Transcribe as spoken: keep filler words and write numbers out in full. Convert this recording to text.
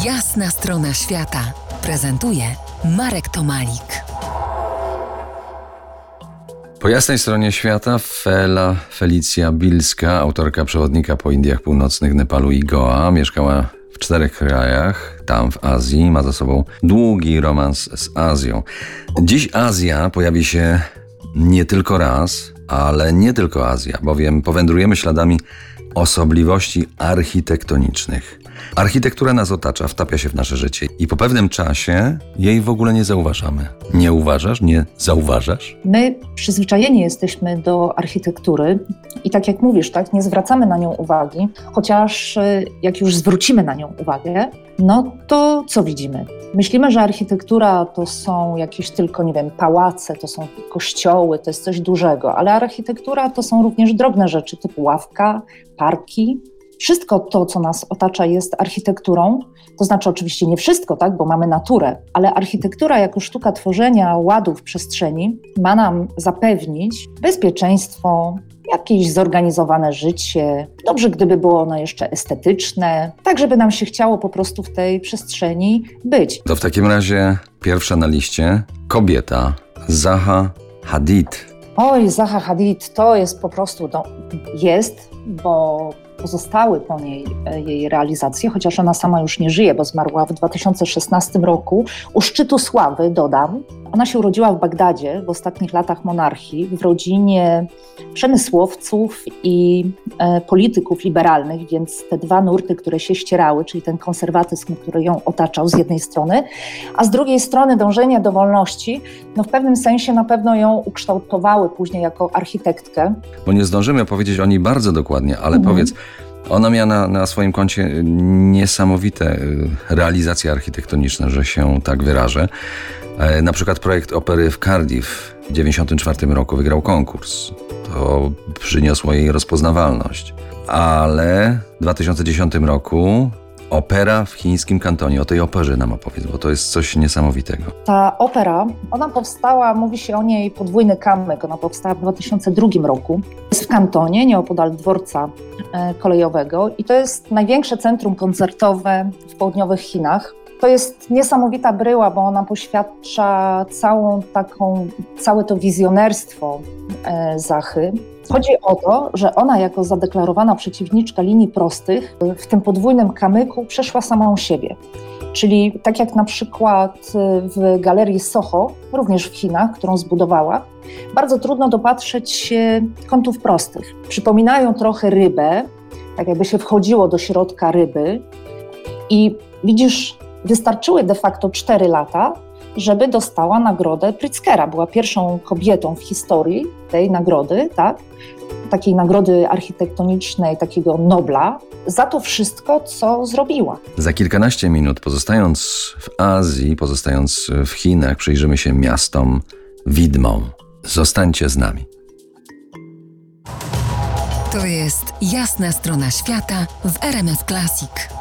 Jasna strona świata prezentuje Marek Tomalik. Po jasnej stronie świata Fela Felicja Bilska, autorka przewodnika po Indiach Północnych, Nepalu i Goa, mieszkała w czterech krajach, tam w Azji, ma za sobą długi romans z Azją. Dziś Azja pojawi się nie tylko raz, ale nie tylko Azja, bowiem powędrujemy śladami osobliwości architektonicznych. Architektura nas otacza, wtapia się w nasze życie i po pewnym czasie jej w ogóle nie zauważamy. Nie uważasz? Nie zauważasz? My przyzwyczajeni jesteśmy do architektury i tak jak mówisz, tak, nie zwracamy na nią uwagi, chociaż jak już zwrócimy na nią uwagę, no to co widzimy? Myślimy, że architektura to są jakieś tylko, nie wiem, pałace, to są kościoły, to jest coś dużego, ale architektura to są również drobne rzeczy typu ławka, parki. Wszystko to, co nas otacza, jest architekturą, to znaczy oczywiście nie wszystko, tak, bo mamy naturę, ale architektura jako sztuka tworzenia ładu w przestrzeni ma nam zapewnić bezpieczeństwo, jakieś zorganizowane życie. Dobrze, gdyby było ono jeszcze estetyczne, tak żeby nam się chciało po prostu w tej przestrzeni być. To w takim razie pierwsza na liście kobieta, Zaha Hadid. Oj, Zaha Hadid to jest po prostu, no, jest, bo pozostały po niej jej realizacje, chociaż ona sama już nie żyje, bo zmarła w dwa tysiące szesnastym roku. U szczytu sławy, dodam. Ona się urodziła w Bagdadzie w ostatnich latach monarchii, w rodzinie przemysłowców i e, polityków liberalnych, więc te dwa nurty, które się ścierały, czyli ten konserwatyzm, który ją otaczał z jednej strony, a z drugiej strony dążenie do wolności, no w pewnym sensie na pewno ją ukształtowały później jako architektkę. Bo nie zdążymy opowiedzieć o niej bardzo dokładnie, ale Mhm. powiedz, ona miała na, na swoim koncie niesamowite realizacje architektoniczne, że się tak wyrażę. E, na przykład projekt opery w Cardiff w tysiąc dziewięćset dziewięćdziesiątym czwartym roku wygrał konkurs. To przyniosło jej rozpoznawalność. Ale w dwa tysiące dziesiątym roku opera w chińskim Kantonie. O tej operze nam opowiedz, bo to jest coś niesamowitego. Ta opera, ona powstała, mówi się o niej podwójny kamyk, ona powstała w dwa tysiące drugim roku. Jest w Kantonie, nieopodal dworca e, kolejowego i to jest największe centrum koncertowe w południowych Chinach. To jest niesamowita bryła, bo ona poświadcza całą taką, całe to wizjonerstwo e, Zachy. Chodzi o to, że ona jako zadeklarowana przeciwniczka linii prostych w tym podwójnym kamyku przeszła samą siebie. Czyli tak jak na przykład w galerii Soho, również w Chinach, którą zbudowała, bardzo trudno dopatrzeć się kątów prostych. Przypominają trochę rybę, tak jakby się wchodziło do środka ryby i widzisz, wystarczyły de facto cztery lata, żeby dostała nagrodę Pritzkera. Była pierwszą kobietą w historii tej nagrody, tak? Takiej nagrody architektonicznej, takiego Nobla, za to wszystko, co zrobiła. Za kilkanaście minut, pozostając w Azji, pozostając w Chinach, przyjrzymy się miastom widmom. Zostańcie z nami. To jest Jasna strona świata w R M F Classic.